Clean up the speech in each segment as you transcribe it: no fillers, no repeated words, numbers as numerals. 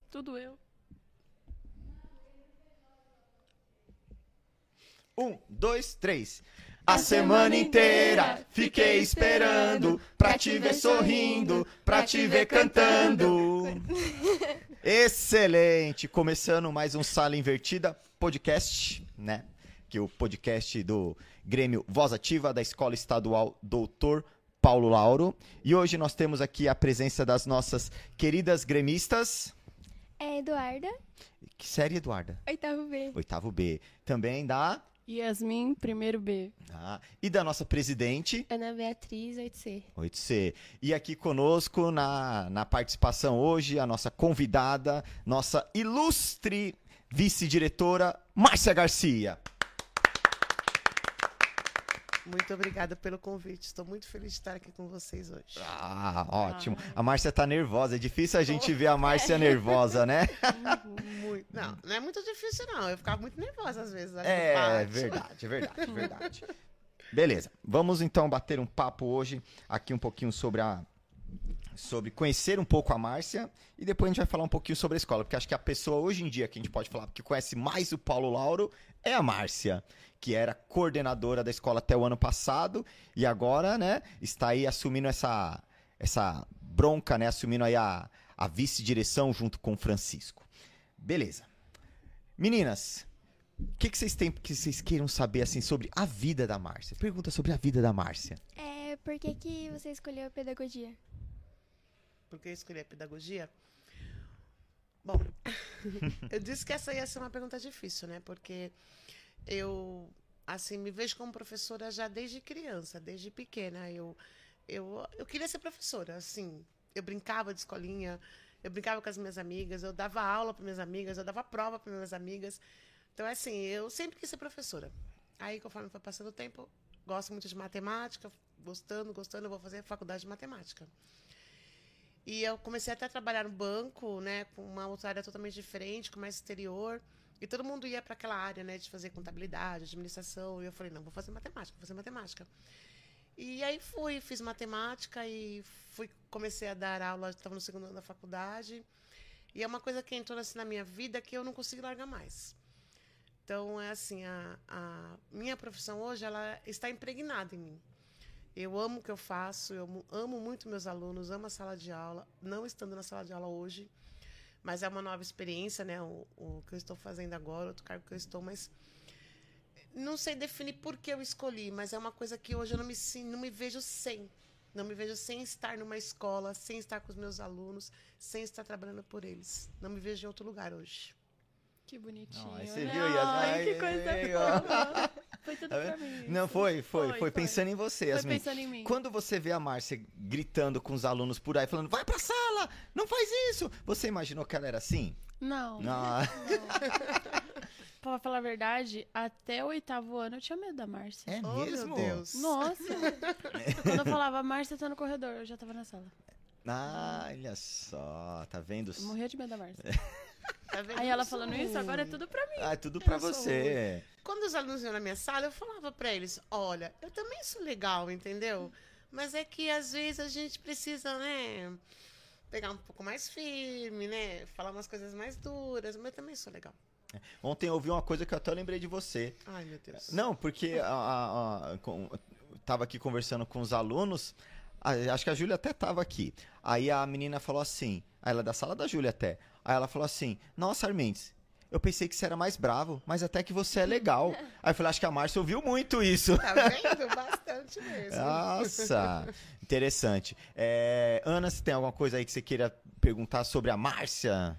Tudo eu. 1, 2, 3. A semana inteira fiquei esperando pra te ver sorrindo, pra te ver cantando. Excelente! Começando mais um Sala Invertida podcast, né? Que é o podcast do Grêmio Voz Ativa da Escola Estadual Doutor Paulo Lauro. E hoje nós temos aqui a presença das nossas queridas gremistas. É Eduarda. Que série, Eduarda? Oitavo B. Oitavo B. Também da... Yasmin, primeiro B. E da nossa presidente... Ana Beatriz, 8C. 8C. E aqui conosco na participação hoje, a nossa convidada, nossa ilustre vice-diretora, Márcia Garcia. Muito obrigada pelo convite. Estou muito feliz de estar aqui com vocês hoje. Ótimo. A Márcia tá nervosa. É difícil a gente ver a Márcia nervosa, né? Muito. Não é muito difícil, não. Eu ficava muito nervosa às vezes. Verdade. Beleza. Vamos então bater um papo hoje aqui um pouquinho sobre conhecer um pouco a Márcia e depois a gente vai falar um pouquinho sobre a escola, porque acho que a pessoa hoje em dia que a gente pode falar que conhece mais o Paulo Lauro é a Márcia, que era coordenadora da escola até o ano passado e agora, né, está aí assumindo essa bronca, né, assumindo aí a vice-direção junto com o Francisco. Beleza. Meninas, o que vocês têm que vocês queiram saber assim sobre a vida da Márcia? Pergunta sobre a vida da Márcia. Por que você escolheu a pedagogia? Por que eu escolhi a pedagogia? Bom, eu disse que essa ia ser uma pergunta difícil, né? Porque eu, assim, me vejo como professora já desde criança, desde pequena. Eu queria ser professora, assim. Eu brincava de escolinha, eu brincava com as minhas amigas, eu dava aula para minhas amigas, eu dava prova para minhas amigas. Então, assim, eu sempre quis ser professora. Aí, conforme foi passando o tempo, gosto muito de matemática, gostando, eu vou fazer faculdade de matemática. E eu comecei até a trabalhar no banco, né, com uma outra área totalmente diferente, com mais exterior. E todo mundo ia para aquela área, né, de fazer contabilidade, administração. E eu falei, não, vou fazer matemática. E aí fiz matemática e comecei a dar aula, estava no segundo ano da faculdade. E é uma coisa que entrou assim na minha vida que eu não consigo largar mais. Então, é assim, a minha profissão hoje, ela está impregnada em mim. Eu amo o que eu faço, eu amo muito meus alunos, amo a sala de aula, não estando na sala de aula hoje, mas é uma nova experiência, né? O que eu estou fazendo agora, outro cargo que eu estou, mas não sei definir por que eu escolhi, mas é uma coisa que hoje eu não me vejo sem. Não me vejo sem estar numa escola, sem estar com os meus alunos, sem estar trabalhando por eles. Não me vejo em outro lugar hoje. Que bonitinho. Ai, você viu, Yasmin? Ai, que coisa boa. Foi tudo pra mim. Não, foi pensando em você, Yasmin. Foi pensando em mim. Quando você vê a Márcia gritando com os alunos por aí, falando, vai pra sala, não faz isso. Você imaginou que ela era assim? Não. Não. Pra falar a verdade, até o 8º ano eu tinha medo da Márcia. É Oh, mesmo? meu Deus. Nossa. Quando eu falava, a Márcia tá no corredor, eu já tava na sala. Olha só, tá vendo? Eu morria de medo da Márcia. Tá vendo? Aí ela falando isso, agora é tudo pra mim. É tudo pra Eu sou você. Quando os alunos iam na minha sala, eu falava para eles, olha, eu também sou legal, entendeu? Mas é que às vezes a gente precisa, né, pegar um pouco mais firme, né, falar umas coisas mais duras, mas eu também sou legal. Ontem eu ouvi uma coisa que eu até lembrei de você. Ai, meu Deus. Não, porque tava aqui conversando com os alunos, acho que a Júlia até tava aqui. Aí a menina falou assim, ela é da sala da Júlia até. Aí ela falou assim, nossa, Armendes, eu pensei que você era mais bravo, mas até que você é legal. Aí eu falei, acho que a Márcia ouviu muito isso. Tá vendo? Bastante mesmo. Nossa, interessante. Ana, se tem alguma coisa aí que você queira perguntar sobre a Márcia?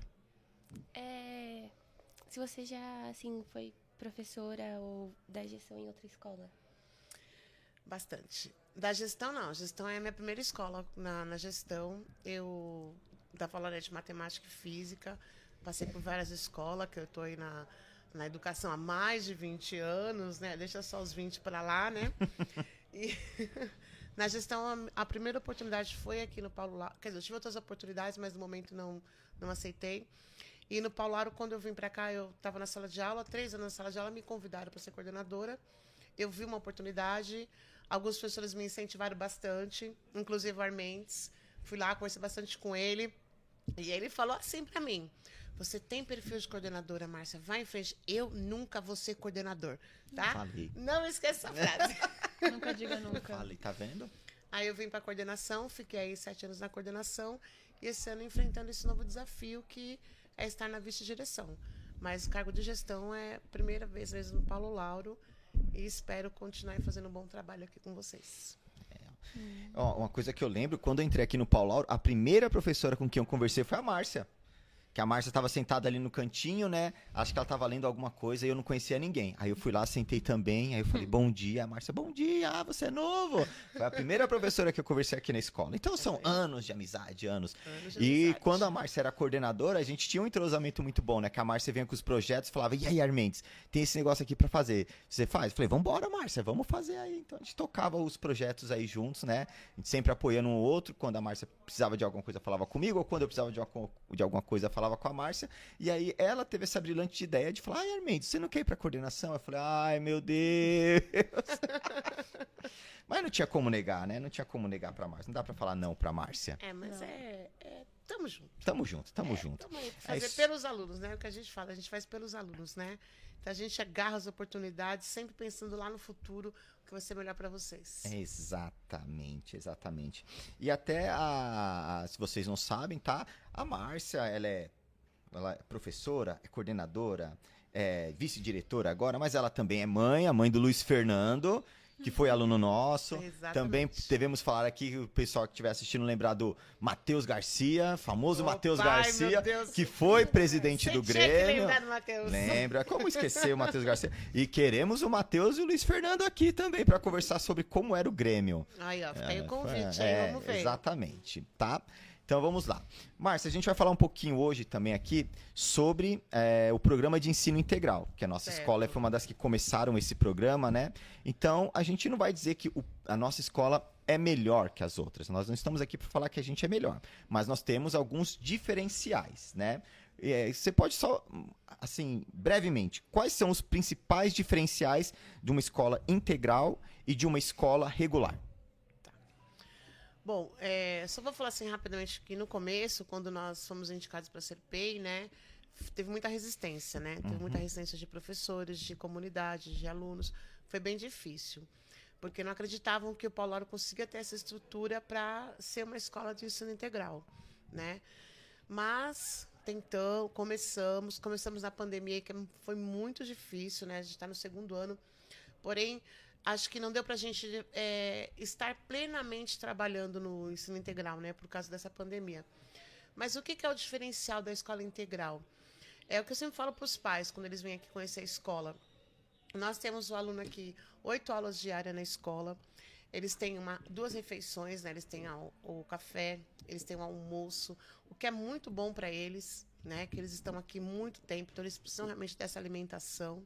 Se você já, assim, foi professora ou da gestão em outra escola? Bastante. Da gestão, não. Gestão é a minha primeira escola na gestão. Eu dava aula de matemática e física. Passei por várias escolas, que eu estou aí na educação há mais de 20 anos, né? Deixa só os 20 para lá, né? E na gestão, a primeira oportunidade foi aqui no Paulo Lauro. Quer dizer, eu tive outras oportunidades, mas no momento não aceitei. E no Paulo Lauro, quando eu vim para cá, eu estava na sala de aula, 3 anos na sala de aula, me convidaram para ser coordenadora. Eu vi uma oportunidade, alguns professores me incentivaram bastante, inclusive o Armendes. Fui lá, conversei bastante com ele. E ele falou assim para mim, Você tem perfil de coordenadora, Márcia? Vai em frente. Eu nunca vou ser coordenador, tá? Falei. Não esqueça essa frase. Nunca diga nunca. Falei, tá vendo? Aí eu vim para coordenação, fiquei aí 7 anos na coordenação e esse ano enfrentando esse novo desafio que é estar na vice-direção. Mas o cargo de gestão é a primeira vez mesmo no Paulo Lauro e espero continuar fazendo um bom trabalho aqui com vocês. Ó, uma coisa que eu lembro, quando eu entrei aqui no Paulo Lauro, a primeira professora com quem eu conversei foi a Márcia. Que a Márcia estava sentada ali no cantinho, né? Acho que ela estava lendo alguma coisa e eu não conhecia ninguém. Aí eu fui lá, sentei também, aí eu falei, bom dia. A Márcia, bom dia, você é novo. Foi a primeira professora que eu conversei aqui na escola. Então são anos de amizade, anos. E quando a Márcia era coordenadora, a gente tinha um entrosamento muito bom, né? Que a Márcia vinha com os projetos e falava, e aí, Armendes, tem esse negócio aqui para fazer. Você faz? Eu falei, vambora, Márcia, vamos fazer aí. Então a gente tocava os projetos aí juntos, né? A gente sempre apoiando um outro. Quando a Márcia precisava de alguma coisa, falava comigo. Ou quando eu precisava de alguma coisa, falava com a Márcia, e aí ela teve essa brilhante ideia de falar, ai, Armendes, você não quer ir pra coordenação? Eu falei, ai, meu Deus. Mas não tinha como negar, né? Não tinha como negar pra Márcia. Não dá pra falar não pra Márcia. Mas Não. tamo junto. Tamo junto, tamo junto. Tamo aí pra fazer isso. pelos alunos, né? O que a gente fala, a gente faz pelos alunos, né? Então a gente agarra as oportunidades, sempre pensando lá no futuro, o que vai ser melhor pra vocês. Exatamente, exatamente. E até, se vocês não sabem, tá? A Márcia, ela é professora, é coordenadora, é vice-diretora agora, mas ela também é mãe, a mãe do Luiz Fernando, que foi aluno nosso. Exatamente. Também devemos falar aqui, o pessoal que estiver assistindo lembrar do Matheus Garcia, famoso Matheus Garcia, meu Deus. que foi presidente do Você tinha que Grêmio. lembrar do Matheus. Lembra? Como esquecer o Matheus Garcia? E queremos o Matheus e o Luiz Fernando aqui também para conversar sobre como era o Grêmio. Aí, ó, fica aí o convite, aí vamos ver. Exatamente, tá? Então vamos lá. Márcia, a gente vai falar um pouquinho hoje também aqui sobre o programa de ensino integral, que a nossa Certo. escola foi uma das que começaram esse programa, né? Então a gente não vai dizer que a nossa escola é melhor que as outras. Nós não estamos aqui para falar que a gente é melhor, mas nós temos alguns diferenciais, né? Você pode só, assim, brevemente, quais são os principais diferenciais de uma escola integral e de uma escola regular? Bom, só vou falar assim rapidamente que no começo, quando nós fomos indicados para ser PEI, né, teve muita resistência, né? Teve muita resistência de professores, de comunidade, de alunos. Foi bem difícil, porque não acreditavam que o Paulo Lauro conseguia ter essa estrutura para ser uma escola de ensino integral, né? Mas tentamos, começamos na pandemia, que foi muito difícil, né? A gente está no 2º ano, porém acho que não deu para a gente estar plenamente trabalhando no ensino integral, né, por causa dessa pandemia. Mas o que é o diferencial da escola integral? É o que eu sempre falo para os pais, quando eles vêm aqui conhecer a escola. Nós temos o aluno aqui, 8 aulas diárias na escola. Eles têm 2 refeições, né, eles têm o café, eles têm o almoço, o que é muito bom para eles, né, que eles estão aqui muito tempo, então eles precisam realmente dessa alimentação.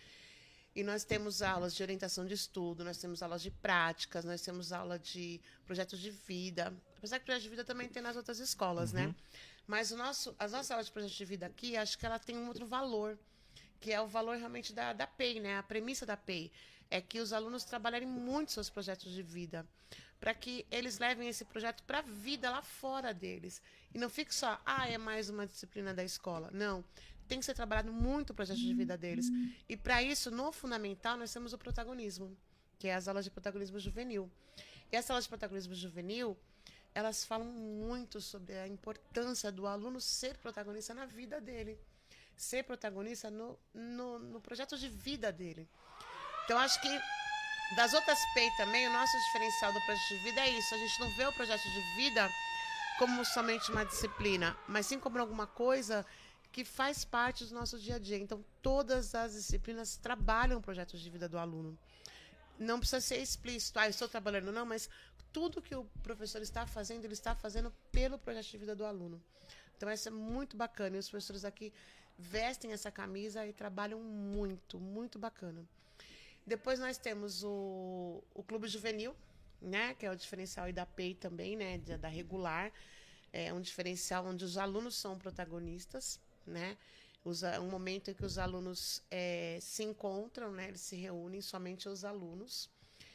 E nós temos aulas de orientação de estudo, nós temos aulas de práticas, nós temos aula de projetos de vida. Apesar que projeto de vida também tem nas outras escolas, né? Mas as nossas aulas de projetos de vida aqui, acho que ela tem um outro valor, que é o valor realmente da PEI, né? A premissa da PEI é que os alunos trabalharem muito seus projetos de vida, para que eles levem esse projeto para a vida lá fora deles. E não fique só, é mais uma disciplina da escola. Não. Tem que ser trabalhado muito o projeto de vida deles. E para isso, no fundamental, nós temos o protagonismo, que é as aulas de protagonismo juvenil. E essas aulas de protagonismo juvenil, elas falam muito sobre a importância do aluno ser protagonista na vida dele. Ser protagonista no projeto de vida dele. Então, acho que das outras PEI também, o nosso diferencial do projeto de vida é isso. A gente não vê o projeto de vida como somente uma disciplina, mas sim como alguma coisa que faz parte do nosso dia a dia. Então, todas as disciplinas trabalham projetos de vida do aluno. Não precisa ser explícito, eu estou trabalhando, não, mas tudo que o professor está fazendo, ele está fazendo pelo projeto de vida do aluno. Então, isso é muito bacana. E os professores aqui vestem essa camisa e trabalham muito, muito bacana. Depois nós temos o Clube Juvenil, né, que é o diferencial aí da PEI também, né, da regular. É um diferencial onde os alunos são protagonistas, né? Um momento em que os alunos se encontram, né? Eles se reúnem, somente os alunos,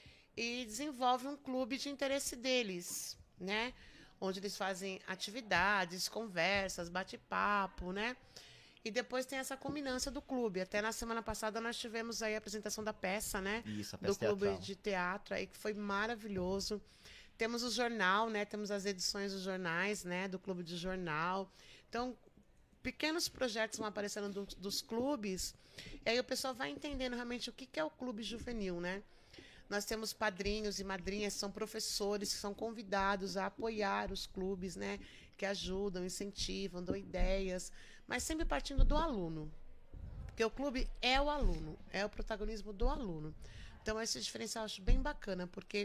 e desenvolvem um clube de interesse deles, né? Onde eles fazem atividades, conversas, bate-papo, né? E depois tem essa culminância do clube. Até na semana passada nós tivemos aí a apresentação da peça, né? Isso, a Do peça clube teatral. de teatro aí, que foi maravilhoso. Temos o jornal, né? Temos as edições dos jornais, né? Do clube de jornal. Então, pequenos projetos vão aparecendo dos clubes. E aí o pessoal vai entendendo realmente o que é o clube juvenil, né? Nós temos padrinhos e madrinhas, são professores que são convidados a apoiar os clubes, né? Que ajudam, incentivam, dão ideias, mas sempre partindo do aluno. Porque o clube é o aluno, é o protagonismo do aluno. Então, esse diferencial eu acho bem bacana, porque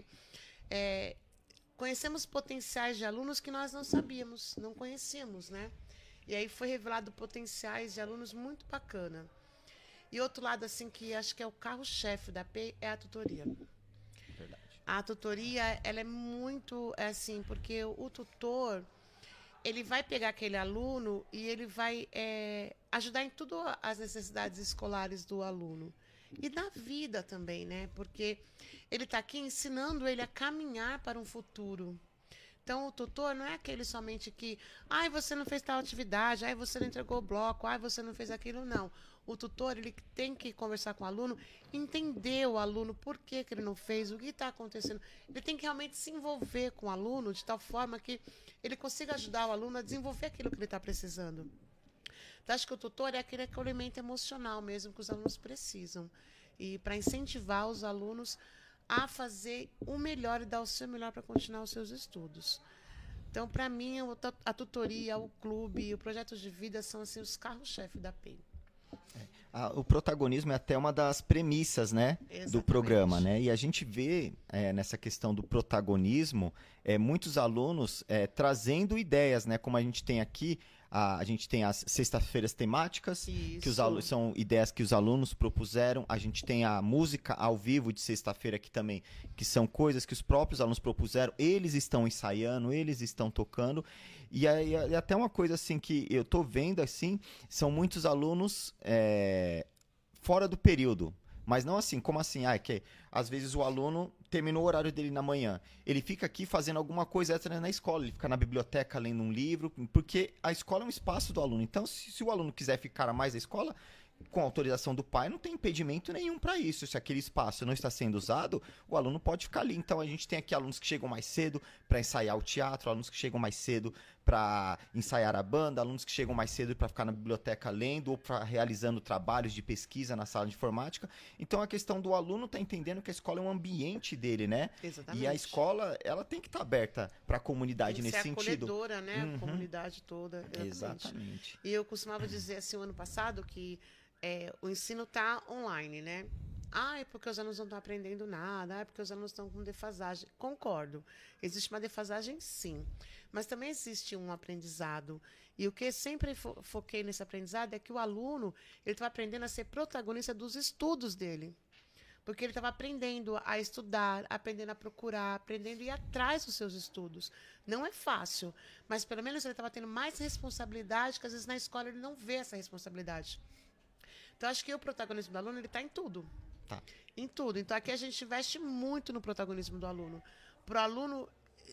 conhecemos potenciais de alunos que nós não sabíamos, não conhecíamos, né? E aí foi revelado potenciais de alunos muito bacana. E outro lado, assim, que acho que é o carro-chefe da PEI é a tutoria. Verdade. A tutoria, ela é muito, assim, porque o tutor, ele vai pegar aquele aluno e ele vai ajudar em tudo as necessidades escolares do aluno. E na vida também, né? Porque ele está aqui ensinando ele a caminhar para um futuro. Então, o tutor não é aquele somente que, ai, você não fez tal atividade, ai, você não entregou o bloco, ai, você não fez aquilo, não. O tutor, ele tem que conversar com o aluno, entender o aluno, por que ele não fez, o que está acontecendo. Ele tem que realmente se envolver com o aluno de tal forma que ele consiga ajudar o aluno a desenvolver aquilo que ele está precisando. Então, acho que o tutor é aquele acolhimento emocional mesmo que os alunos precisam. E para incentivar os alunos a fazer o melhor e dar o seu melhor para continuar os seus estudos. Então, para mim, a tutoria, o clube, o projeto de vida são assim, os carros-chefe da PEI. O protagonismo é até uma das premissas, né, do Exatamente. programa, né? E a gente vê nessa questão do protagonismo muitos alunos trazendo ideias, né? Como a gente tem aqui, a gente tem as sextas-feiras temáticas, que são ideias que os alunos propuseram. A gente tem a música ao vivo de sexta-feira aqui também, que são coisas que os próprios alunos propuseram. Eles estão ensaiando, eles estão tocando. E aí, até uma coisa assim que eu tô vendo, assim, são muitos alunos fora do período. Mas não assim, como assim? Que às vezes o aluno terminou o horário dele na manhã. Ele fica aqui fazendo alguma coisa extra na escola. Ele fica na biblioteca lendo um livro, porque a escola é um espaço do aluno. Então, se o aluno quiser ficar a mais na escola, com autorização do pai, não tem impedimento nenhum para isso. Se aquele espaço não está sendo usado, o aluno pode ficar ali. Então, a gente tem aqui alunos que chegam mais cedo para ensaiar o teatro, alunos que chegam mais cedo para ensaiar a banda, alunos que chegam mais cedo para ficar na biblioteca lendo ou para realizando trabalhos de pesquisa na sala de informática. Então, a questão do aluno tá entendendo que a escola é um ambiente dele, né? Exatamente. E a escola, ela tem que estar aberta para a comunidade tem que nesse ser sentido. acolhedora, né? Uhum. A comunidade toda. Exatamente. E eu costumava dizer assim, o ano passado, que o ensino está online, né? É porque os alunos não estão aprendendo nada, é porque os alunos estão com defasagem. Concordo. Existe uma defasagem, sim. Mas também existe um aprendizado. E o que sempre foquei nesse aprendizado é que o aluno ele estava aprendendo a ser protagonista dos estudos dele. Porque ele estava aprendendo a estudar, aprendendo a procurar, aprendendo a ir atrás dos seus estudos. Não é fácil, mas pelo menos ele estava tendo mais responsabilidade, que às vezes na escola ele não vê essa responsabilidade. Então, acho que o protagonismo do aluno, ele está em tudo. Tá. Em tudo. Então, aqui a gente investe muito no protagonismo do aluno. Para o aluno,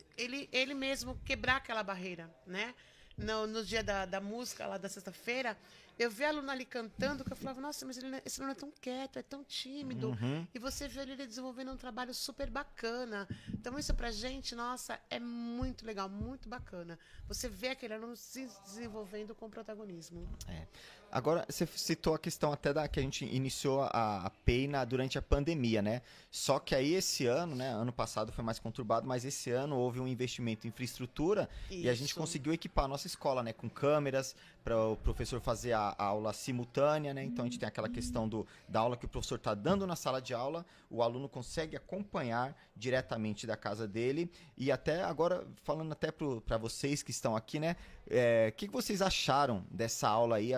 ele mesmo quebrar aquela barreira, né? No dia da música, lá da sexta-feira, eu vi aluno ali cantando, que eu falava, nossa, mas esse aluno é tão quieto, é tão tímido. Uhum. E você vê ele desenvolvendo um trabalho super bacana. Então, isso pra gente, nossa, é muito legal, muito bacana. Você vê aquele aluno se desenvolvendo com protagonismo. Agora, você citou a questão até que a gente iniciou a PEI durante a pandemia, né? Só que aí esse ano, né? Ano passado foi mais conturbado, mas esse ano houve um investimento em infraestrutura e a gente Isso. conseguiu equipar a nossa escola, né? Com câmeras, para o professor fazer a aula simultânea, né? Então a gente tem aquela questão da aula que o professor está dando na sala de aula, o aluno consegue acompanhar diretamente da casa dele. E até agora, falando até para vocês que estão aqui, né? O que vocês acharam dessa aula aí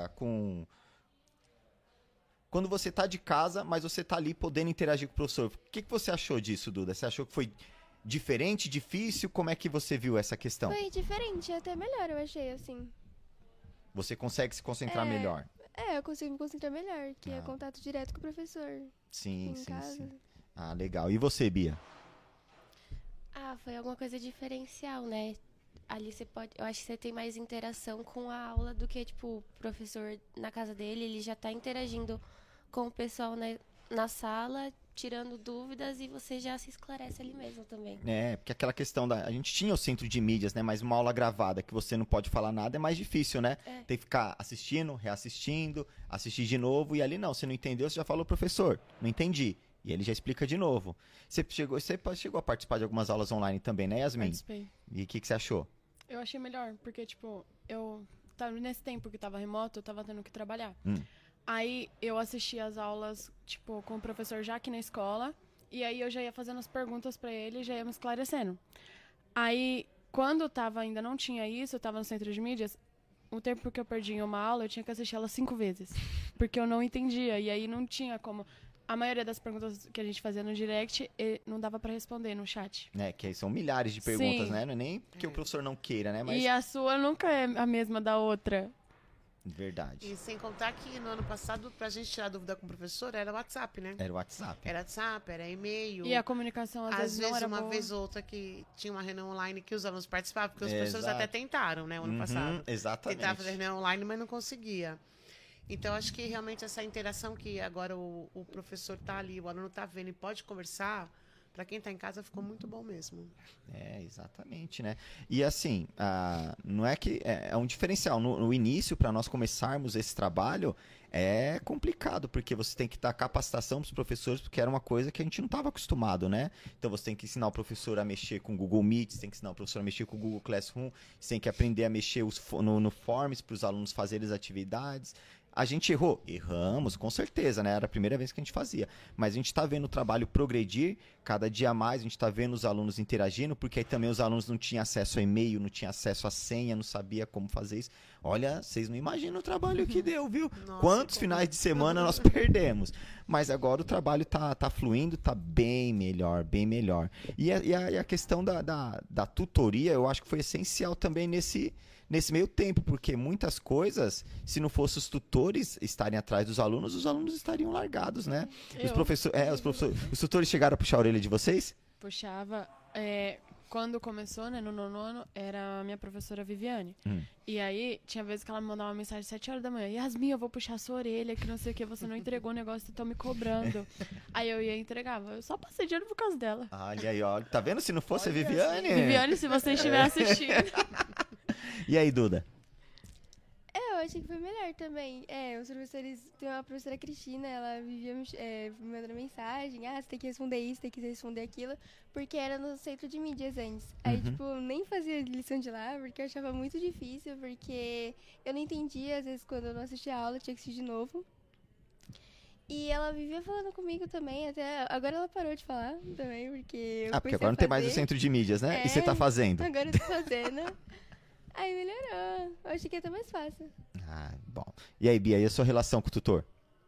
quando você está de casa, mas você está ali podendo interagir com o professor? O que você achou disso, Duda? Você achou que foi diferente, difícil? Como é que você viu essa questão? Foi diferente, até melhor, eu achei, assim. Você consegue se concentrar melhor? Eu consigo me concentrar melhor, que é contato direto com o professor. Sim, em sim, casa. sim. Legal. E você, Bia? Foi alguma coisa diferencial, né? ali você pode... Eu acho que você tem mais interação com a aula do que, tipo, o professor na casa dele, ele já tá interagindo com o pessoal na sala, tirando dúvidas e você já se esclarece ali mesmo também. Porque aquela questão a gente tinha o centro de mídias, né? Mas uma aula gravada que você não pode falar nada é mais difícil, né? Tem que ficar assistindo, reassistindo, assistir de novo. E ali não, você não entendeu, você já falou, professor, não entendi. E ele já explica de novo. Você chegou a participar de algumas aulas online também, né, Yasmin? Participei. E o que você achou? Eu achei melhor, porque, tipo, nesse tempo que tava remoto, eu tava tendo que trabalhar. Aí eu assisti as aulas, tipo, com o professor já aqui na escola. E aí eu já ia fazendo as perguntas pra ele e já ia me esclarecendo. Aí, quando ainda não tinha isso, eu tava no centro de mídias, o tempo que eu perdi em uma aula, eu tinha que assistir ela 5 vezes. Porque eu não entendia. E aí não tinha como... A maioria das perguntas que a gente fazia no direct, não dava pra responder no chat. Que aí são milhares de perguntas, Sim. né? Não é nem que o professor não queira, né? Mas... E a sua nunca é a mesma da outra. Verdade. E sem contar que no ano passado, pra gente tirar dúvida com o professor, era WhatsApp, né? Era o WhatsApp. Era WhatsApp, era e-mail. E a comunicação, às vezes, não era uma boa. vez ou outra que tinha uma reunião online que os alunos participavam, porque os professores Exato. até tentaram, né, o ano passado. Exatamente. Tentava fazer reunião online, mas não conseguia. Então, acho que realmente essa interação que agora o professor tá ali, o aluno tá vendo e pode conversar, para quem tá em casa ficou muito bom mesmo. Exatamente, né? E assim, não é que... É um diferencial. No início, para nós começarmos esse trabalho, é complicado, porque você tem que dar capacitação para os professores, porque era uma coisa que a gente não estava acostumado, né? Então, você tem que ensinar o professor a mexer com o Google Meet, você tem que ensinar o professor a mexer com o Google Classroom, você tem que aprender a mexer no Forms para os alunos fazerem as atividades. A gente errou? Erramos, com certeza, né? Era a primeira vez que a gente fazia. Mas a gente está vendo o trabalho progredir cada dia mais, a gente está vendo os alunos interagindo, porque aí também os alunos não tinham acesso a e-mail, não tinham acesso a senha, não sabia como fazer isso. Olha, vocês não imaginam o trabalho que deu, viu? Nossa, Quantos finais de semana nós perdemos? Mas agora o trabalho tá fluindo, tá bem melhor, bem melhor. E a questão da tutoria, eu acho que foi essencial também nesse meio tempo, porque muitas coisas, se não fossem os tutores estarem atrás dos alunos, os alunos estariam largados, né? Os tutores chegaram a puxar a orelha de vocês? Puxava. Quando começou, né, no nono ano, era a minha professora Viviane. E aí, tinha vezes que ela me mandava uma mensagem às 7 horas da manhã. Yasmin, eu vou puxar a sua orelha, que não sei o que, você não entregou o negócio, estão me cobrando. Aí eu ia e entregava. Eu só passei dinheiro por causa dela. Olha aí, ó. Tá vendo? Se não fosse a Viviane... Viviane, se você estiver assistindo. E aí, Duda? Eu achei que foi melhor também. Os professores... Tem uma professora Cristina, ela vivia me mandando mensagem. Você tem que responder isso, tem que responder aquilo. Porque era no centro de mídias antes. Aí, nem fazia lição de lá, porque eu achava muito difícil. Porque eu não entendia, às vezes, quando eu não assistia a aula, eu tinha que assistir de novo. E ela vivia falando comigo também, até... Agora ela parou de falar também, porque... Porque agora não tem mais o centro de mídias, né? E você tá fazendo? Agora eu tô fazendo. Aí melhorou. Eu achei que ia estar mais fácil. Bom. E aí, Bia, e a sua relação com o tutor?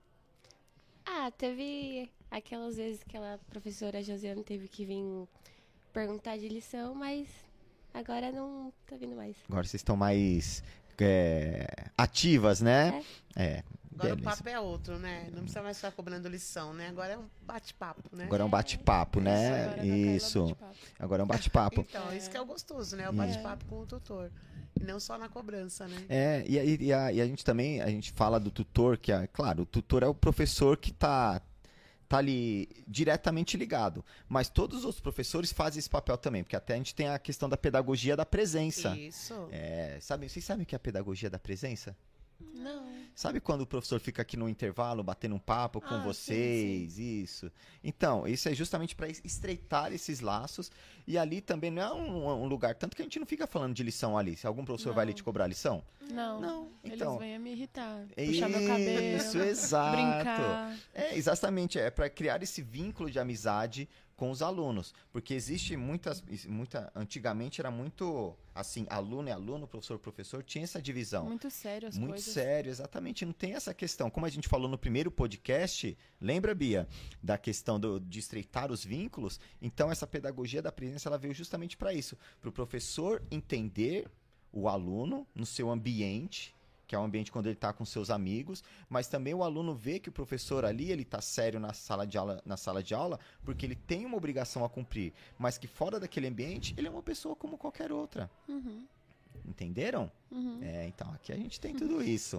Teve aquelas vezes que a professora Josiane teve que vir perguntar de lição, mas agora não tá vindo mais. Agora vocês estão mais ativas, né? Agora beleza. o papo é outro, né? Não precisa mais ficar cobrando lição, né? Agora é um bate-papo, né? Agora é um bate-papo, né? Isso. Agora é um bate-papo. Então, isso que é o gostoso, né? O bate-papo com o tutor. E não só na cobrança, né? E a gente também, a gente fala do tutor, que claro, o tutor é o professor que tá ali diretamente ligado. Mas todos os outros professores fazem esse papel também, porque até a gente tem a questão da pedagogia da presença. Isso. Vocês sabem o que é a pedagogia da presença? Não. Sabe quando o professor fica aqui no intervalo batendo um papo com vocês? Sim. Isso. Então, isso é justamente para estreitar esses laços. E ali também não é um lugar... Tanto que a gente não fica falando de lição ali. Se algum professor vai ali te cobrar lição? Não. Então, eles vêm a me irritar. Puxar meu cabelo. Isso, exato. Brincar. Exatamente. É para criar esse vínculo de amizade com os alunos. Porque existe antigamente era muito assim, aluno é aluno, professor é professor, tinha essa divisão. Muito sério as Muito coisas. sério, exatamente. Não tem essa questão. Como a gente falou no primeiro podcast, lembra, Bia, da questão de estreitar os vínculos? Então, essa pedagogia da presença, ela veio justamente para isso. Para o professor entender o aluno no seu ambiente, que é um ambiente quando ele está com seus amigos, mas também o aluno vê que o professor ali, ele está sério na sala de aula, porque ele tem uma obrigação a cumprir, mas que fora daquele ambiente, ele é uma pessoa como qualquer outra. Entenderam? Então, aqui a gente tem tudo isso.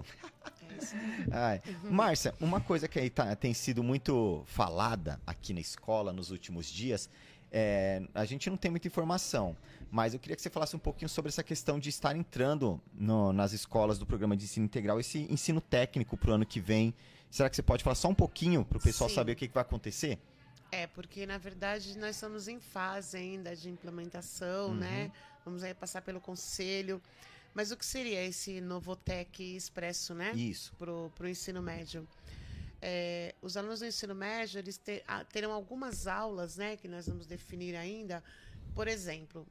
Ai. Márcia, uma coisa que aí tem sido muito falada aqui na escola nos últimos dias, a gente não tem muita informação, mas eu queria que você falasse um pouquinho sobre essa questão de estar entrando nas escolas do programa de ensino integral, esse ensino técnico para o ano que vem. Será que você pode falar só um pouquinho para o pessoal saber o que vai acontecer? Porque na verdade nós estamos em fase ainda de implementação, né? Vamos aí passar pelo conselho. Mas o que seria esse Novotec Expresso, né? Isso. Pro ensino médio. Os alunos do ensino médio, eles terão algumas aulas, né? Que nós vamos definir ainda. Por exemplo,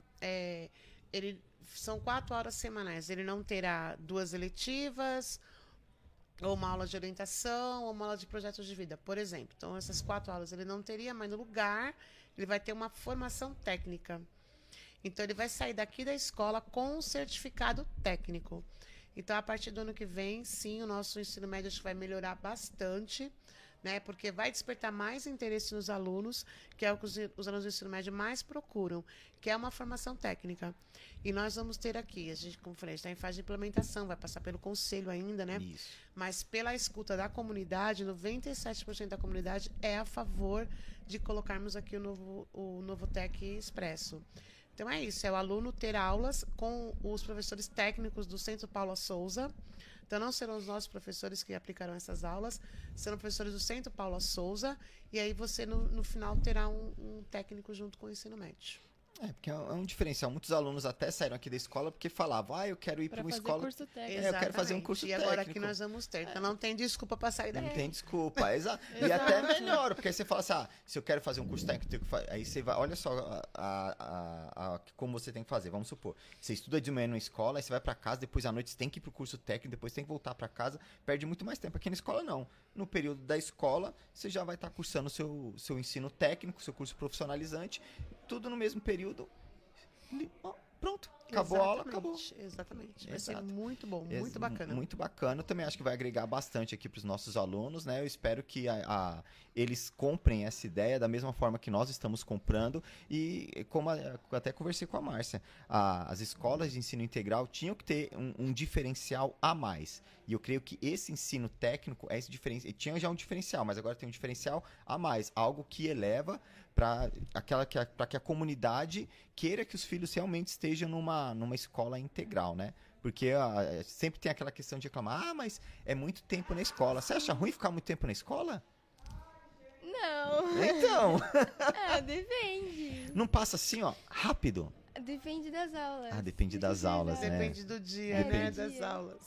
são 4 horas semanais. Ele não terá 2 eletivas, ou uma aula de orientação, ou uma aula de projetos de vida, por exemplo. Então, essas 4 aulas ele não teria, mas no lugar ele vai ter uma formação técnica. Então, ele vai sair daqui da escola com um certificado técnico. Então, a partir do ano que vem, sim, o nosso ensino médio acho que vai melhorar bastante, né? Porque vai despertar mais interesse nos alunos, que é o que os alunos do ensino médio mais procuram, que é uma formação técnica. E nós vamos ter aqui, a gente, como eu falei, está em fase de implementação, vai passar pelo conselho ainda, né? Isso. Mas pela escuta da comunidade, 97% da comunidade é a favor de colocarmos aqui o Novotec Expresso. Então é isso, é o aluno ter aulas com os professores técnicos do Centro Paula Souza. Então não serão os nossos professores que aplicarão essas aulas, serão professores do Centro Paula Souza, e aí você no final terá um técnico junto com o ensino médio. Porque é um diferencial. Muitos alunos até saíram aqui da escola porque falavam, eu quero ir para uma escola... Curso técnico. Eu quero fazer um curso técnico. E agora que nós vamos ter. Então não tem desculpa para sair daqui. Não tem desculpa, exato. E até melhor, porque aí você fala assim, se eu quero fazer um curso técnico, aí você vai, olha só como você tem que fazer. Vamos supor, você estuda de manhã na escola, aí você vai para casa, depois à noite você tem que ir pro curso técnico, depois tem que voltar para casa, perde muito mais tempo. Aqui na escola não. No período da escola, você já vai estar cursando o seu ensino técnico, seu curso profissionalizante, tudo no mesmo período. Pronto, acabou a aula, acabou. Exatamente, vai ser muito bom, muito bacana. Muito bacana, eu também acho que vai agregar bastante aqui para os nossos alunos, né? Eu espero que eles comprem essa ideia da mesma forma que nós estamos comprando e como eu até conversei com a Márcia, as escolas de ensino integral tinham que ter um diferencial a mais. E eu creio que esse ensino técnico é esse diferencial. Tinha já um diferencial, mas agora tem um diferencial a mais, algo que eleva para que a comunidade queira que os filhos realmente estejam numa escola integral, né? Porque sempre tem aquela questão de reclamar, mas é muito tempo na escola. Você acha ruim ficar muito tempo na escola? Não. Então. Depende. Não passa assim, rápido? Depende das aulas. Depende das aulas, né? Depende do dia, né? Das aulas.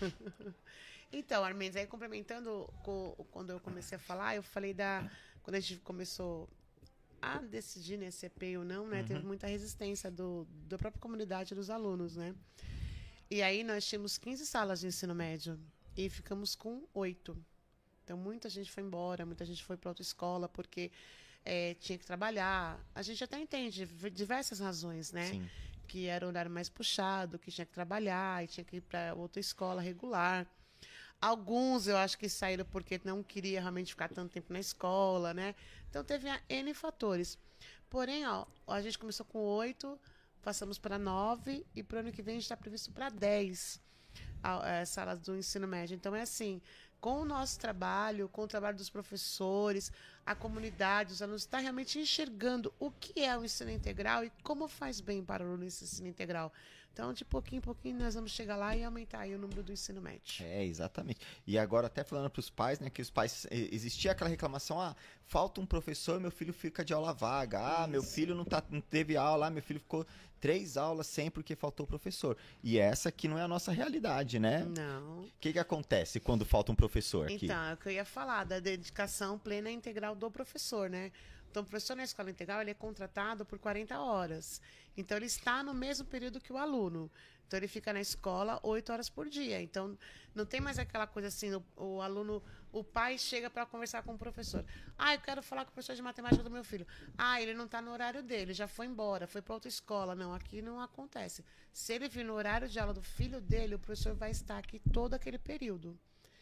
Então, Armendes, aí complementando quando eu comecei a falar, eu falei quando a gente começou a decidir, né, se é PEI ou não, né, teve muita resistência da própria comunidade dos alunos, né? E aí nós tínhamos 15 salas de ensino médio e ficamos com 8. Então, muita gente foi embora, muita gente foi para outra escola porque tinha que trabalhar. A gente até entende diversas razões, né? Sim. Que era o horário mais puxado, que tinha que trabalhar e tinha que ir para outra escola regular. Alguns eu acho que saíram porque não queria realmente ficar tanto tempo na escola, né? Então teve N fatores. Porém, a gente começou com 8, passamos para 9 e para o ano que vem a gente está previsto para 10 salas do ensino médio. Então é assim, com o nosso trabalho, com o trabalho dos professores, a comunidade, os alunos estão realmente enxergando o que é o ensino integral e como faz bem para o aluno esse ensino integral. Então, de pouquinho em pouquinho, nós vamos chegar lá e aumentar aí o número do ensino médio. Exatamente. E agora, até falando para os pais, né, que os pais, existia aquela reclamação, falta um professor, meu filho fica de aula vaga, meu filho não teve aula, meu filho ficou 3 aulas sem porque faltou professor. E essa aqui não é a nossa realidade, né? Não. O que acontece quando falta um professor aqui? Então, é o que eu ia falar, da dedicação plena e integral do professor, né? Então, o professor na escola integral, ele é contratado por 40 horas. Então, ele está no mesmo período que o aluno. Então, ele fica na escola 8 horas por dia. Então, não tem mais aquela coisa assim, o aluno, o pai chega para conversar com o professor. Eu quero falar com o professor de matemática do meu filho. Ele não está no horário dele, já foi embora, foi para outra escola. Não, aqui não acontece. Se ele vir no horário de aula do filho dele, o professor vai estar aqui todo aquele período.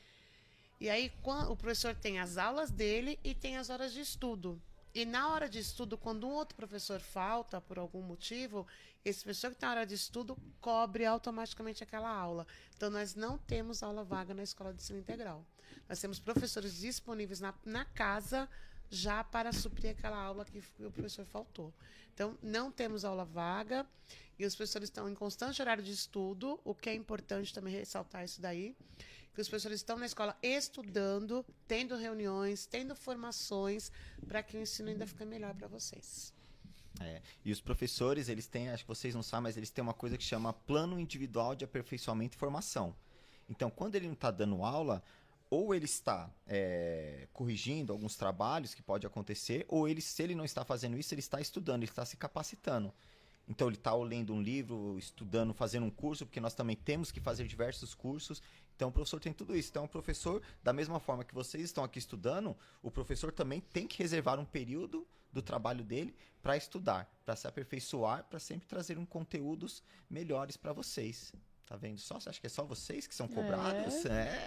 E aí, o professor tem as aulas dele e tem as horas de estudo. E na hora de estudo, quando um outro professor falta por algum motivo, esse professor que está na hora de estudo cobre automaticamente aquela aula. Então, nós não temos aula vaga na escola de ensino integral. Nós temos professores disponíveis na casa já para suprir aquela aula que o professor faltou. Então, não temos aula vaga e os professores estão em constante horário de estudo, o que é importante também ressaltar isso daí, que os professores estão na escola estudando, tendo reuniões, tendo formações, para que o ensino ainda fique melhor para vocês. E os professores, eles têm, acho que vocês não sabem, mas eles têm uma coisa que chama Plano Individual de Aperfeiçoamento e Formação. Então, quando ele não está dando aula, ou ele está corrigindo alguns trabalhos que pode acontecer, ou se ele não está fazendo isso, ele está estudando, ele está se capacitando. Então, ele está lendo um livro, estudando, fazendo um curso, porque nós também temos que fazer diversos cursos. Então, o professor tem tudo isso. Então, o professor, da mesma forma que vocês estão aqui estudando, o professor também tem que reservar um período do trabalho dele para estudar, para se aperfeiçoar, para sempre trazer conteúdos melhores para vocês. Tá vendo só? Você acha que é só vocês que são cobrados?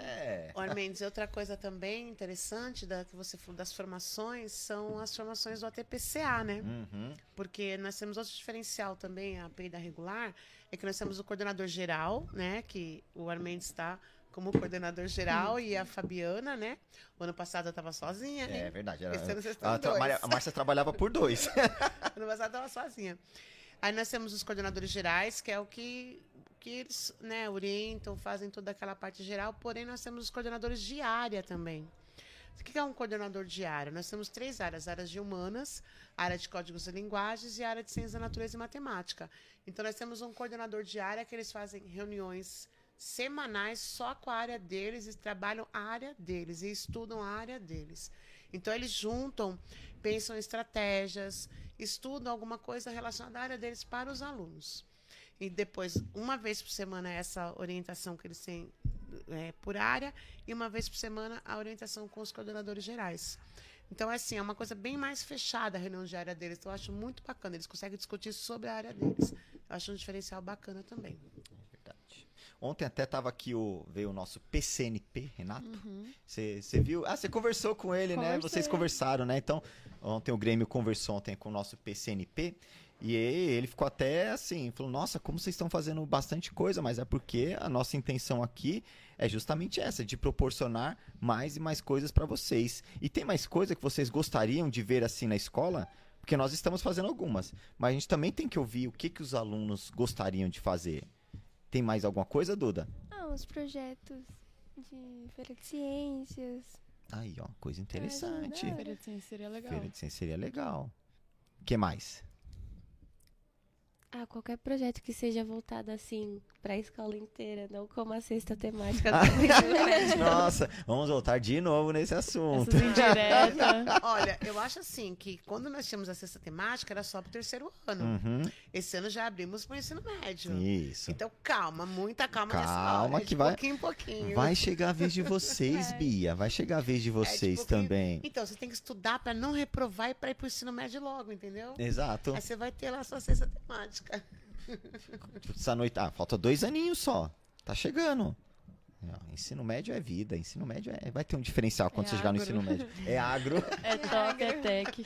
Mendes, outra coisa também interessante que você falou das formações são as formações do ATPCA, né? Uhum. Porque nós temos outro diferencial também, a API da regular, é que nós temos o coordenador geral, né? Que o Armendes está como coordenador geral e a Fabiana, né? O ano passado eu estava sozinha. É verdade. Esse ano vocês estão a Márcia trabalhava por 2. Ano passado eu estava sozinha. Aí nós temos os coordenadores gerais, que é o que eles, né, orientam, fazem toda aquela parte geral, porém nós temos os coordenadores de área também. O que é um coordenador de área? Nós temos 3 áreas: áreas de humanas, área de códigos e linguagens e área de ciências da natureza e matemática. Então nós temos um coordenador de área que eles fazem reuniões semanais só com a área deles e trabalham a área deles e estudam a área deles. Então eles juntam, pensam em estratégias, estudam alguma coisa relacionada à área deles para os alunos. E depois, uma vez por semana, essa orientação que eles têm por área, e uma vez por semana a orientação com os coordenadores gerais. Então, assim, é uma coisa bem mais fechada a reunião de área deles. Então, eu acho muito bacana. Eles conseguem discutir sobre a área deles. Eu acho um diferencial bacana também. Verdade. Ontem até estava aqui, veio o nosso PCNP, Renato. Você viu? Você conversou com ele, né? Vocês conversaram, né? Então, ontem o Grêmio conversou ontem com o nosso PCNP. E ele ficou até assim, falou, nossa, como vocês estão fazendo bastante coisa, mas é porque a nossa intenção aqui é justamente essa, de proporcionar mais e mais coisas para vocês. E tem mais coisa que vocês gostariam de ver assim na escola? Porque nós estamos fazendo algumas, mas a gente também tem que ouvir o que os alunos gostariam de fazer. Tem mais alguma coisa, Duda? Os projetos de feira de ciências. Aí, ó, coisa interessante. Feira de ciência seria legal. Feira de ciência seria legal. O que mais? Qualquer projeto que seja voltado assim para a escola inteira, não como a cesta temática. Nossa, vamos voltar de novo nesse assunto. Essas indiretas. Olha, eu acho assim que quando nós tínhamos a cesta temática era só para o 3º ano. Uhum. Esse ano já abrimos para o ensino médio. Isso. Então calma, muita calma. Calma que vai. Pouquinho em pouquinho. Vai chegar a vez de vocês, Bia. Vai chegar a vez de vocês também. Então, você tem que estudar para não reprovar e para ir para o ensino médio logo, entendeu? Exato. Aí você vai ter lá a sua cesta temática. Essa noite. Falta 2 aninhos só. Tá chegando. Ensino médio é vida. Ensino médio vai ter um diferencial quando você chegar no ensino médio. É agro. É top, é tech.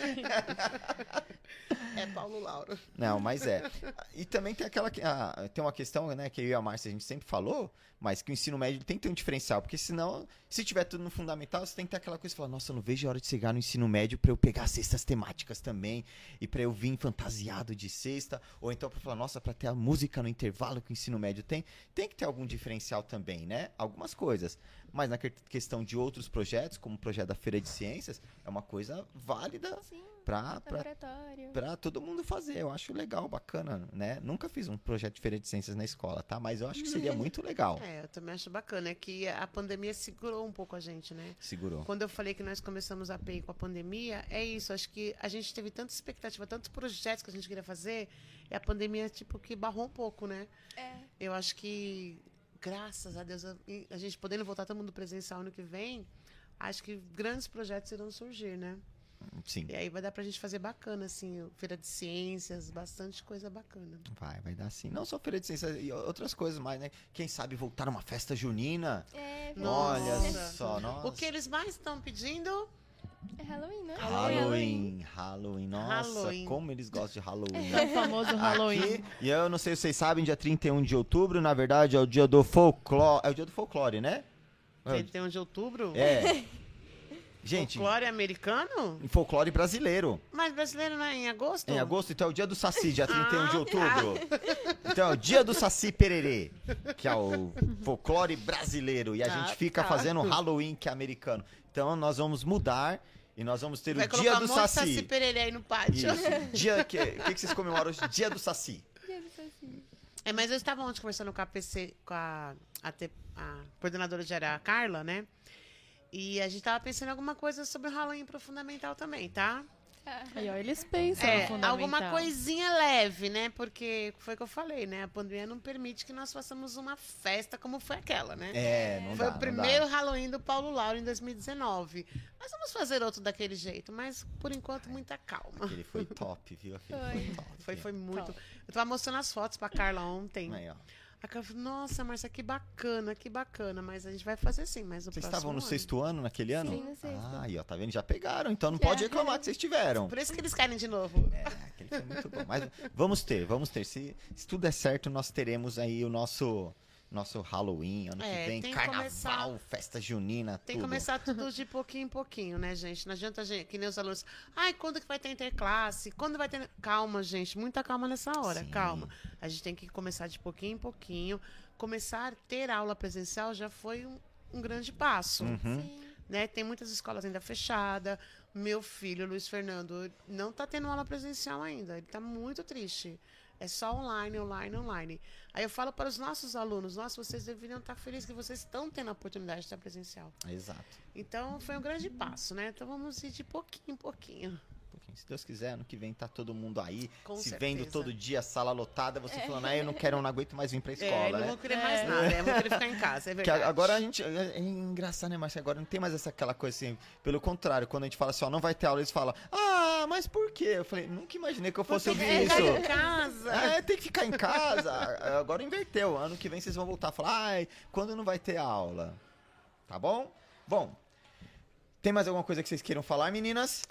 É Paulo Lauro. Não, mas é. E também tem tem uma questão, né, que eu e a Márcia a gente sempre falou, mas que o ensino médio tem que ter um diferencial, porque senão, se tiver tudo no fundamental, você tem que ter aquela coisa de falar, nossa, eu não vejo a hora de chegar no ensino médio pra eu pegar cestas temáticas também, e pra eu vir fantasiado de cesta, ou então pra falar, nossa, pra ter a música no intervalo que o ensino médio tem que ter algum diferencial também, né? Algumas coisas. mas na questão de outros projetos, como o projeto da Feira de Ciências, é uma coisa válida Sim, para laboratório. todo mundo fazer. Eu acho legal, bacana, né? Nunca fiz um projeto de Feira de Ciências na escola, tá? Mas eu acho que seria muito legal. Eu também acho bacana. É que a pandemia segurou um pouco a gente, né? Segurou. Quando eu falei que nós começamos a API com a pandemia, é isso. Acho que a gente teve tanta expectativa, tantos projetos que a gente queria fazer, e a pandemia, tipo, que barrou um pouco, né? Eu acho que, graças a Deus, a gente podendo voltar todo mundo presencial ano que vem, acho que grandes projetos irão surgir, né? Sim. E aí vai dar pra gente fazer bacana, assim, Feira de Ciências, bastante coisa bacana. Vai dar sim. Não só Feira de Ciências e outras coisas mais, né? Quem sabe voltar a uma festa junina. Olha Nossa. só, nossa. O que eles mais estão pedindo? É Halloween, né? Halloween. Nossa, Halloween. como eles gostam de Halloween. É o famoso Halloween. Aqui, e eu não sei se vocês sabem, dia 31 de outubro, na verdade, é o dia do folclore. É o dia do folclore, né? 31 de outubro? É. Gente, Folclore americano? folclore brasileiro. Mas brasileiro não é em agosto? Em agosto, então é o dia do Saci, dia 31 de Ah, outubro. Então é o dia do Saci Pererê, que é o folclore brasileiro. E a gente fica fazendo Halloween, que é americano. Então nós vamos mudar e nós vamos ter Vai o dia colocar do um monte de Saci. Saci Pererê aí no pátio. Isso. Dia que vocês comemoram hoje? Dia do Saci. Mas eu estava ontem conversando com a PC, com a coordenadora de área, a Carla, né? E a gente tava pensando em alguma coisa sobre o Halloween pro fundamental também, tá? Aí, ó, eles pensam no fundamental. Alguma coisinha leve, né? Porque foi o que eu falei, né? A pandemia não permite que nós façamos uma festa como foi aquela, né? Não Foi dá, o não primeiro dá. Halloween do Paulo Lauro em 2019. Nós vamos fazer outro daquele jeito, mas por enquanto muita calma. Aquele foi top, viu? Aquele foi top. Foi muito. Top. Eu tava mostrando as fotos pra Carla ontem. Aí, ó. A Carla falou, nossa, Márcia, que bacana. Mas a gente vai fazer sim, mas o Vocês próximo estavam no ano. 6º ano naquele ano? Sim, no sexto. Ah, aí, ó, tá vendo? Já pegaram, então não pode reclamar que vocês tiveram. Por isso que eles querem de novo. Aquele foi muito bom. Mas vamos ter. Se tudo der certo, nós teremos aí o nosso Halloween, ano que vem, tem que carnaval, festa junina, Tem que tudo. começar tudo de pouquinho em pouquinho, né, gente? Não adianta, gente, que nem os alunos. Ai, quando que vai ter interclasse? Quando vai ter. Calma, gente, muita calma nessa hora, Sim. calma. A gente tem que começar de pouquinho em pouquinho. Começar a ter aula presencial já foi um grande passo. Sim. Né? Tem muitas escolas ainda fechadas. Meu filho, Luiz Fernando, não está tendo aula presencial ainda. Ele está muito triste. É só online. Aí eu falo para os nossos alunos, nossa, vocês deveriam estar felizes que vocês estão tendo a oportunidade de estar presencial. Exato. Então, foi um grande passo, né? Então, vamos ir de pouquinho em pouquinho. Se Deus quiser, ano que vem tá todo mundo aí, Com se certeza. vendo todo dia, sala lotada, você falando, eu não quero, eu não aguento mais vir pra Eu escola, não né? vou querer mais nada, eu vou querer ficar em casa, é Que verdade. agora a gente. É engraçado, né, Márcia? Agora não tem mais aquela coisa assim. Pelo contrário, quando a gente fala assim, ó, não vai ter aula, eles falam, mas por quê? Eu falei, nunca imaginei que eu fosse ouvir Ficar isso. em casa. Tem que ficar em casa. Agora inverteu. Ano que vem vocês vão voltar a falar, quando não vai ter aula? Tá bom? Bom, tem mais alguma coisa que vocês queiram falar, meninas?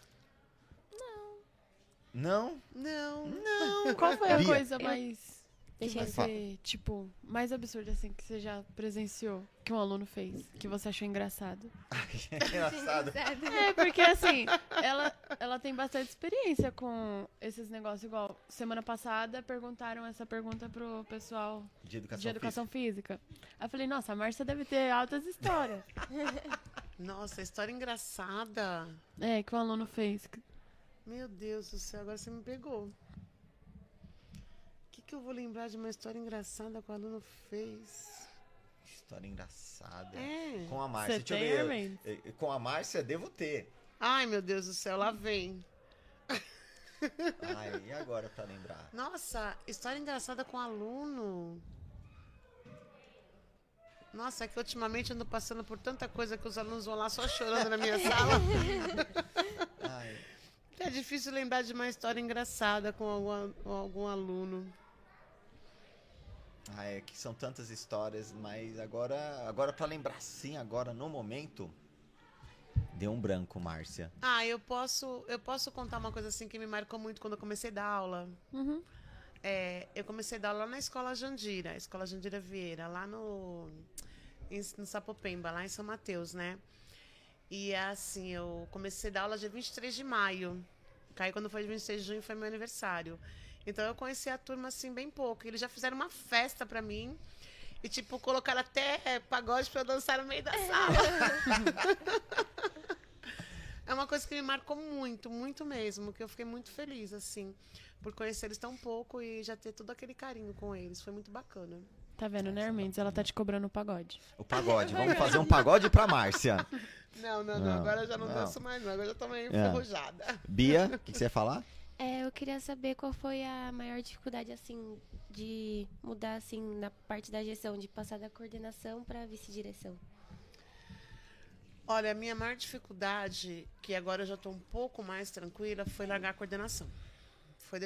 Não? Não. Qual foi a Bia. coisa mais... Que Deixa eu você, tipo, mais absurda, assim, que você já presenciou, que um aluno fez, que você achou engraçado? Engraçado. É, porque assim, ela tem bastante experiência com esses negócios, igual semana passada perguntaram essa pergunta pro pessoal De educação, de educação física. Aí eu falei, nossa, a Márcia deve ter altas histórias. Nossa, história engraçada. É, que o aluno fez. Meu Deus do céu, agora você me pegou. O que eu vou lembrar de uma história engraçada que o aluno fez? História engraçada. É. Com a Márcia. Você Deixa eu tem, ver. Armin? Com a Márcia, devo ter. Ai, meu Deus do céu, lá vem. E agora pra lembrar? Nossa, história engraçada com aluno. Nossa, é que ultimamente eu ando passando por tanta coisa que os alunos vão lá só chorando na minha sala. É difícil lembrar de uma história engraçada com algum aluno. É que são tantas histórias, mas agora pra lembrar sim, agora no momento, deu um branco, Márcia. Eu posso contar uma coisa assim que me marcou muito quando eu comecei a dar aula. Uhum. Eu comecei a dar aula na Escola Jandira Vieira, lá no Sapopemba, lá em São Mateus, né? E assim, eu comecei a dar aula dia 23 de maio. Aí quando foi 26 de junho foi meu aniversário. Então eu conheci a turma assim bem pouco. Eles já fizeram uma festa pra mim. E, tipo, colocaram até pagode pra eu dançar no meio da sala. É uma coisa que me marcou muito, muito mesmo. Que eu fiquei muito feliz, assim, por conhecer eles tão pouco e já ter todo aquele carinho com eles. Foi muito bacana. Tá vendo, né, Armendes? Ela tá te cobrando o pagode. O pagode. Vamos fazer um pagode pra Márcia. Não. Agora eu já não danço mais, não. Agora eu já tô meio enferrujada. Bia, o que você ia falar? Eu queria saber qual foi a maior dificuldade, assim, de mudar, assim, na parte da gestão, de passar da coordenação para vice-direção. Olha, a minha maior dificuldade, que agora eu já tô um pouco mais tranquila, foi largar a coordenação. Foi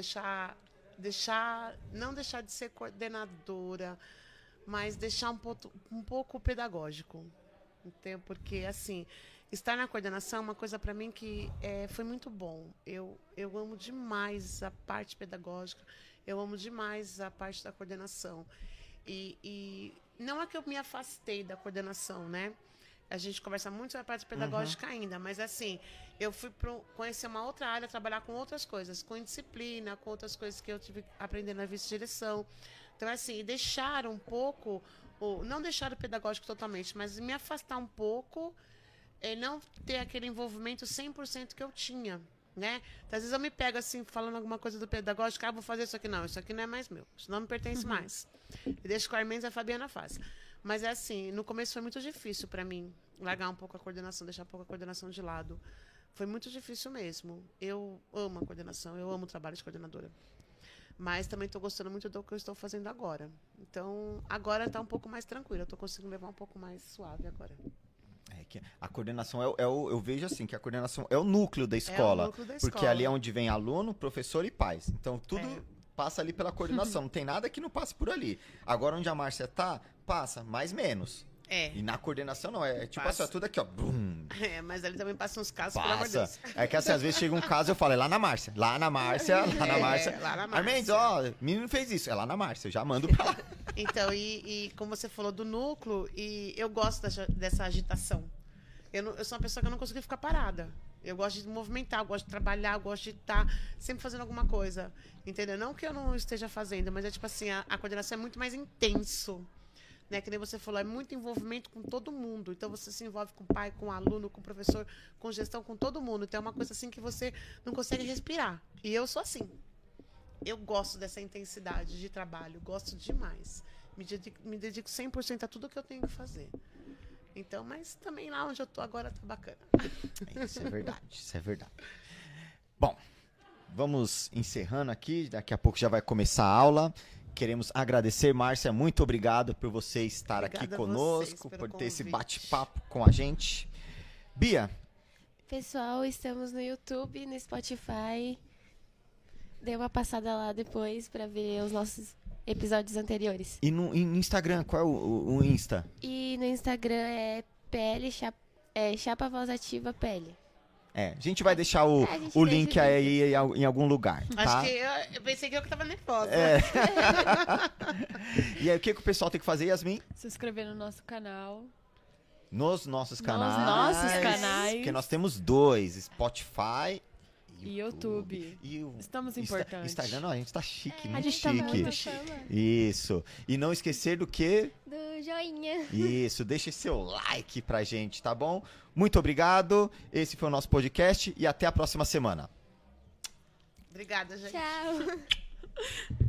não deixar de ser coordenadora, mas deixar um pouco pedagógico. Entendeu? Porque, assim, estar na coordenação é uma coisa para mim que foi muito bom. Eu amo demais a parte pedagógica, eu amo demais a parte da coordenação. E não é que eu me afastei da coordenação, né? A gente conversa muito sobre a parte pedagógica ainda, mas assim, eu fui conhecer uma outra área, trabalhar com outras coisas, com disciplina, com outras coisas que eu tive que aprender na vice-direção. Então, assim, deixar um pouco, não deixar o pedagógico totalmente, mas me afastar um pouco, não ter aquele envolvimento 100% que eu tinha, né? Então, às vezes eu me pego assim, falando alguma coisa do pedagógico, vou fazer isso aqui. Não, isso aqui não é mais meu, isso não me pertence mais. E deixo que o Armendes e a Fabiana faz. Mas é assim, no começo foi muito difícil para mim, largar um pouco a coordenação, deixar um pouco a coordenação de lado. Foi muito difícil mesmo. Eu amo a coordenação, eu amo o trabalho de coordenadora. Mas também estou gostando muito do que eu estou fazendo agora. Então, agora está um pouco mais tranquila. Estou conseguindo levar um pouco mais suave agora. Que a coordenação eu vejo assim, que a coordenação é o núcleo da escola. É o núcleo da escola. Porque ali é onde vem aluno, professor e pais. Então, tudo passa ali pela coordenação. Não tem nada que não passe por ali. Agora, onde a Márcia tá, passa, mais menos. E na coordenação não, tipo assim, tudo aqui, ó. Brum. Mas ali também passa uns casos, pelo amor de Deus. É que assim, às vezes chega um caso eu falo, é lá na Márcia. Lá na Márcia. Armendes, ó, menino fez isso. É lá na Márcia, eu já mando pra lá. Então, e como você falou do núcleo, e eu gosto dessa agitação. Eu sou uma pessoa que eu não consigo ficar parada. Eu gosto de movimentar, eu gosto de trabalhar, eu gosto de estar sempre fazendo alguma coisa. Entendeu? Não que eu não esteja fazendo, mas é tipo assim, a coordenação é muito mais intenso. Né? Que nem você falou, é muito envolvimento com todo mundo. Então você se envolve com o pai, com o aluno, com o professor, com gestão, com todo mundo. Então é uma coisa assim que você não consegue respirar. E eu sou assim. Eu gosto dessa intensidade de trabalho, gosto demais. Me dedico 100% a tudo que eu tenho que fazer. Então, mas também lá onde eu tô agora tá bacana. Isso é verdade, isso é verdade. Bom, vamos encerrando aqui, daqui a pouco já vai começar a aula. Queremos agradecer, Márcia, muito obrigado por você estar aqui conosco, por ter esse bate-papo com a gente. Bia. Pessoal, estamos no YouTube, no Spotify. Dê uma passada lá depois para ver os nossos episódios anteriores. E no Instagram, qual é o Insta? E no Instagram é Chapa Voz Ativa PL. A gente vai deixar o link aí em algum lugar, tá? Acho que eu pensei que eu que tava nervosa. E aí, o que o pessoal tem que fazer, Yasmin? Se inscrever no nosso canal. Nos nossos canais. Nos nossos canais. Porque nós temos 2, Spotify e YouTube. Estamos importantes. Instagram, não, a gente tá chique, muito a gente chique. Tá muito chique. Isso. E não esquecer do quê? Do joinha. Isso, deixe seu like pra gente, tá bom? Muito obrigado. Esse foi o nosso podcast e até a próxima semana. Obrigada, gente. Tchau.